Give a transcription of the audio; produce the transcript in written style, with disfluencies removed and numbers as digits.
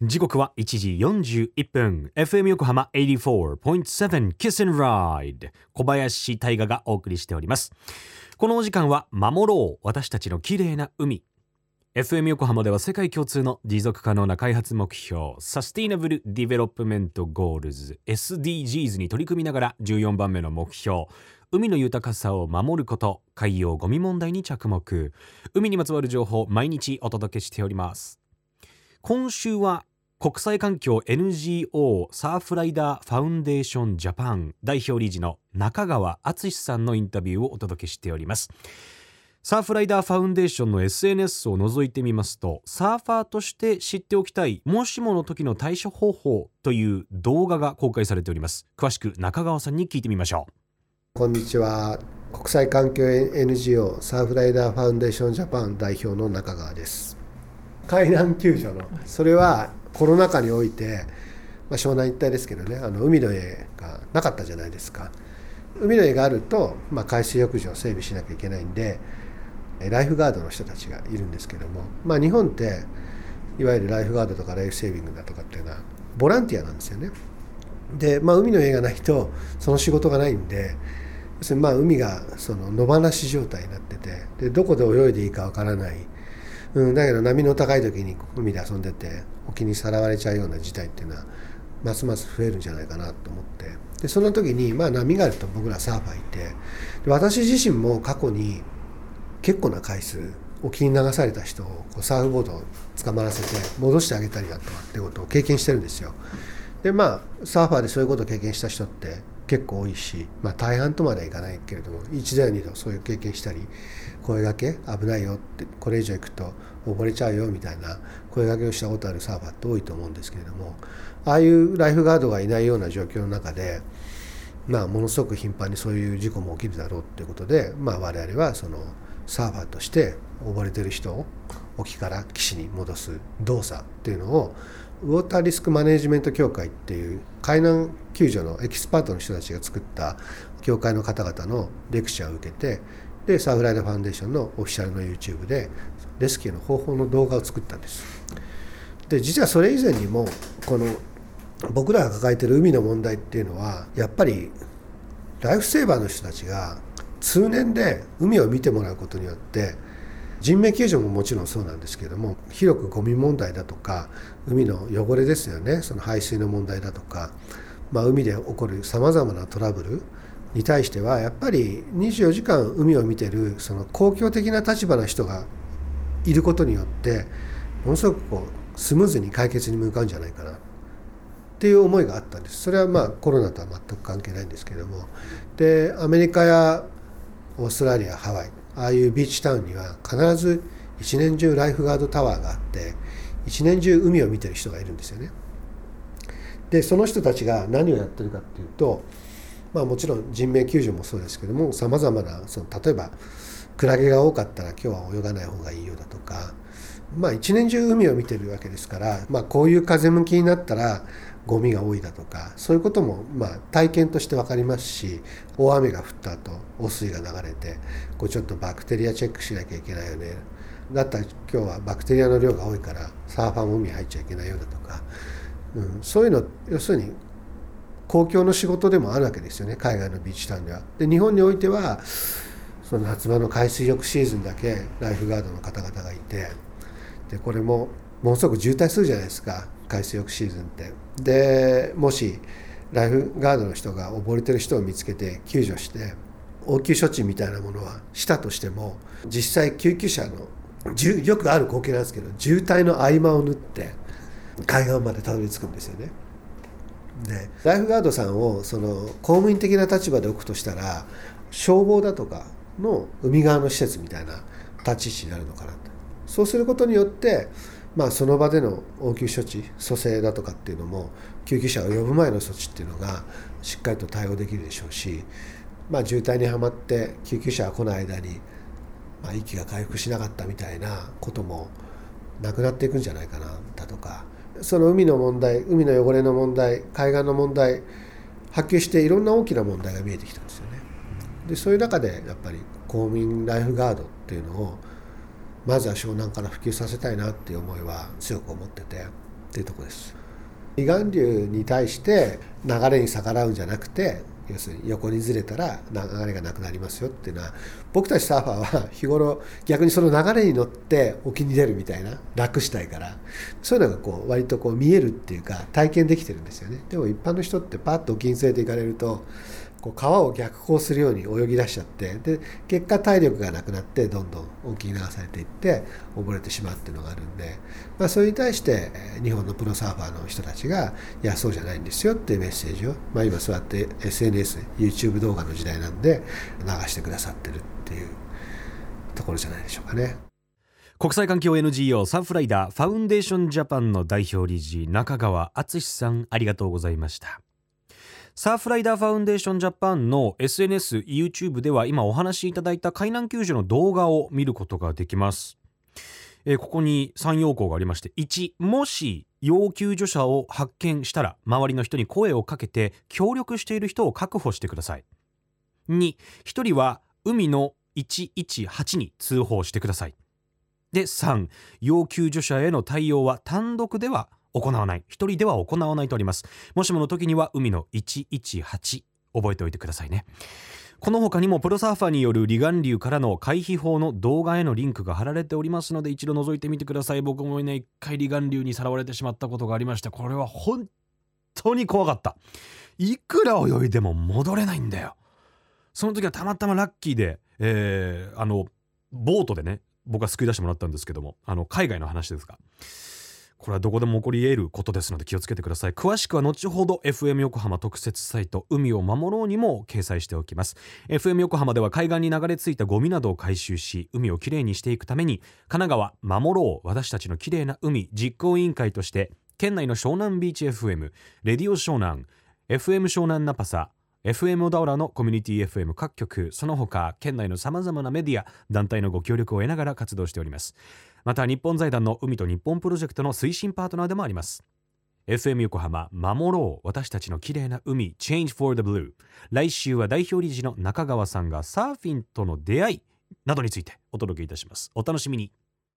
時刻は1時41分 FM 横浜 84.7 Kiss and Ride 小林大賀がお送りしております。このお時間は守ろう私たちの綺麗な海。 FM 横浜では世界共通の持続可能な開発目標サスティナブルディベロップメントゴールズ SDGs に取り組みながら14番目の目標海の豊かさを守ること、海洋ゴミ問題に着目。海にまつわる情報毎日お届けしております。今週は国際環境 NGO サーフライダーファウンデーションジャパン代表理事の中川敦さんのインタビューをお届けしております。サーフライダーファウンデーションの SNS を覗いてみますと、サーファーとして知っておきたいもしもの時の対処方法という動画が公開されております。詳しく中川さんに聞いてみましょう。 こんにちは。国際環境 NGO サーフライダーファウンデーションジャパン代表の中川です。海難救助のそれはコロナ禍において、湘南一帯ですけどね、海の家がなかったじゃないですか。海の家があると、海水浴場を整備しなきゃいけないんで、ライフガードの人たちがいるんですけども、日本っていわゆるライフガードとかライフセービングだとかっていうのはボランティアなんですよね。で、海の家がないとその仕事がないんで、要するに海がその野放し状態になってて、でどこで泳いでいいかわからない、だけど波の高い時に海で遊んでて沖にさらわれちゃうような事態っていうのはますます増えるんじゃないかなと思って、でその時に波があると僕らサーファーいて、で私自身も過去に結構な回数沖に流された人をサーフボードを捕まらせて戻してあげたりだとかってことを経験してるんですよ。でサーファーでそういうことを経験した人って結構多いし、大半とまではいかないけれども一度や二度そういう経験したり、声掛け危ないよって、これ以上行くと溺れちゃうよみたいな声掛けをしたことあるサーファーって多いと思うんですけれども、ああいうライフガードがいないような状況の中で、ものすごく頻繁にそういう事故も起きるだろうっていうことで、我々はそのサーファーとして溺れてる人を沖から岸に戻す動作っていうのをウォーターリスクマネジメント協会っていう海難救助のエキスパートの人たちが作った協会の方々のレクチャーを受けて、でサーフライダーファウンデーションのオフィシャルの YouTube でレスキューの方法の動画を作ったんです。で実はそれ以前にもこの僕らが抱えている海の問題っていうのは、やっぱりライフセーバーの人たちが通年で海を見てもらうことによって、人命救助ももちろんそうなんですけれども、広くゴミ問題だとか海の汚れですよね、その排水の問題だとか、海で起こるさまざまなトラブルに対してはやっぱり24時間海を見てるその公共的な立場の人がいることによってものすごくスムーズに解決に向かうんじゃないかなっていう思いがあったんです。それはコロナとは全く関係ないんですけれども、でアメリカやオーストラリア、ハワイ、ああいうビーチタウンには必ず一年中ライフガードタワーがあって、一年中海を見てる人がいるんですよね。でその人たちが何をやってるかっていうと、もちろん人命救助もそうですけども、さまざまな例えばクラゲが多かったら今日は泳がない方がいいよだとか、一年中海を見てるわけですから、こういう風向きになったらゴミが多いだとか、そういうことも体験として分かりますし、大雨が降った後汚水が流れてちょっとバクテリアチェックしなきゃいけないよね、だったら今日はバクテリアの量が多いからサーファーも海入っちゃいけないよだとか、そういうの要するに公共の仕事でもあるわけですよね、海外のビーチタウンでは。で日本においてはその夏場の海水浴シーズンだけライフガードの方々がいて、でこれもものすごく渋滞するじゃないですか、海水浴シーズンって。でもしライフガードの人が溺れてる人を見つけて救助して応急処置みたいなものはしたとしても、実際救急車のよくある光景なんですけど、渋滞の合間を縫って海岸までたどり着くんですよね。でライフガードさんをその公務員的な立場で置くとしたら、消防だとかの海側の施設みたいな立ち位置になるのかなと。そうすることによってその場での応急処置、蘇生だとかっていうのも救急車を呼ぶ前の措置っていうのがしっかりと対応できるでしょうし、渋滞にはまって救急車が来ない間に息が回復しなかったみたいなこともなくなっていくんじゃないかなだとか、その海の問題、海の汚れの問題、海岸の問題、波及していろんな大きな問題が見えてきたんですよね。でそういう中でやっぱり公民ライフガードっていうのをまずは湘南から普及させたいなっていう思いは強く思ってて、 っていうところです。離岸流に対して流れに逆らうんじゃなくて、要するに横にずれたら流れがなくなりますよっていうのは、僕たちサーファーは日頃逆にその流れに乗って沖に出るみたいな、楽したいから、そういうのが割と見えるっていうか体験できてるんですよね。でも一般の人ってパッと沖に連れて行かれると川を逆行するように泳ぎ出しちゃって、で結果体力がなくなってどんどん沖に流されていって溺れてしまうっていうのがあるんで、それに対して日本のプロサーファーの人たちがいやそうじゃないんですよっていうメッセージを、今そうやって SNS、YouTube 動画の時代なんで流してくださってるっていうところじゃないでしょうかね。 国際環境 NGO サーフライダーファウンデーションジャパンの代表理事中川敦さん、ありがとうございました。サーフライダーファウンデーションジャパンの SNS、YouTube では今お話しいただいた海難救助の動画を見ることができます。ここに3要項がありまして、1、もし要救助者を発見したら周りの人に声をかけて協力している人を確保してください。2、1人は海の118に通報してください。で、3、要救助者への対応は単独では行わない、一人では行わないとあります。もしもの時には海の118覚えておいてくださいね。この他にもプロサーファーによる離岸流からの回避法の動画へのリンクが貼られておりますので、一度覗いてみてください。僕もね、一回離岸流にさらわれてしまったことがありまして、これは本当に怖かった。いくら泳いでも戻れないんだよ。その時はたまたまラッキーで、ボートでね、僕は救い出してもらったんですけども、海外の話ですが、これはどこでも起こり得ることですので気をつけてください。詳しくは後ほど FM 横浜特設サイト海を守ろうにも掲載しておきます。 FM 横浜では海岸に流れ着いたゴミなどを回収し、海をきれいにしていくために、神奈川守ろう私たちのきれいな海実行委員会として、県内の湘南ビーチ FM、 レディオ湘南、 FM 湘南ナパサ、FM 小田原のコミュニティ FM 各局、その他県内のさまざまなメディア団体のご協力を得ながら活動しております。また日本財団の海と日本プロジェクトの推進パートナーでもあります。 FM 横浜守ろう私たちのきれいな海 Change for the Blue、 来週は代表理事の中川さんがサーフィンとの出会いなどについてお届けいたします。お楽しみに。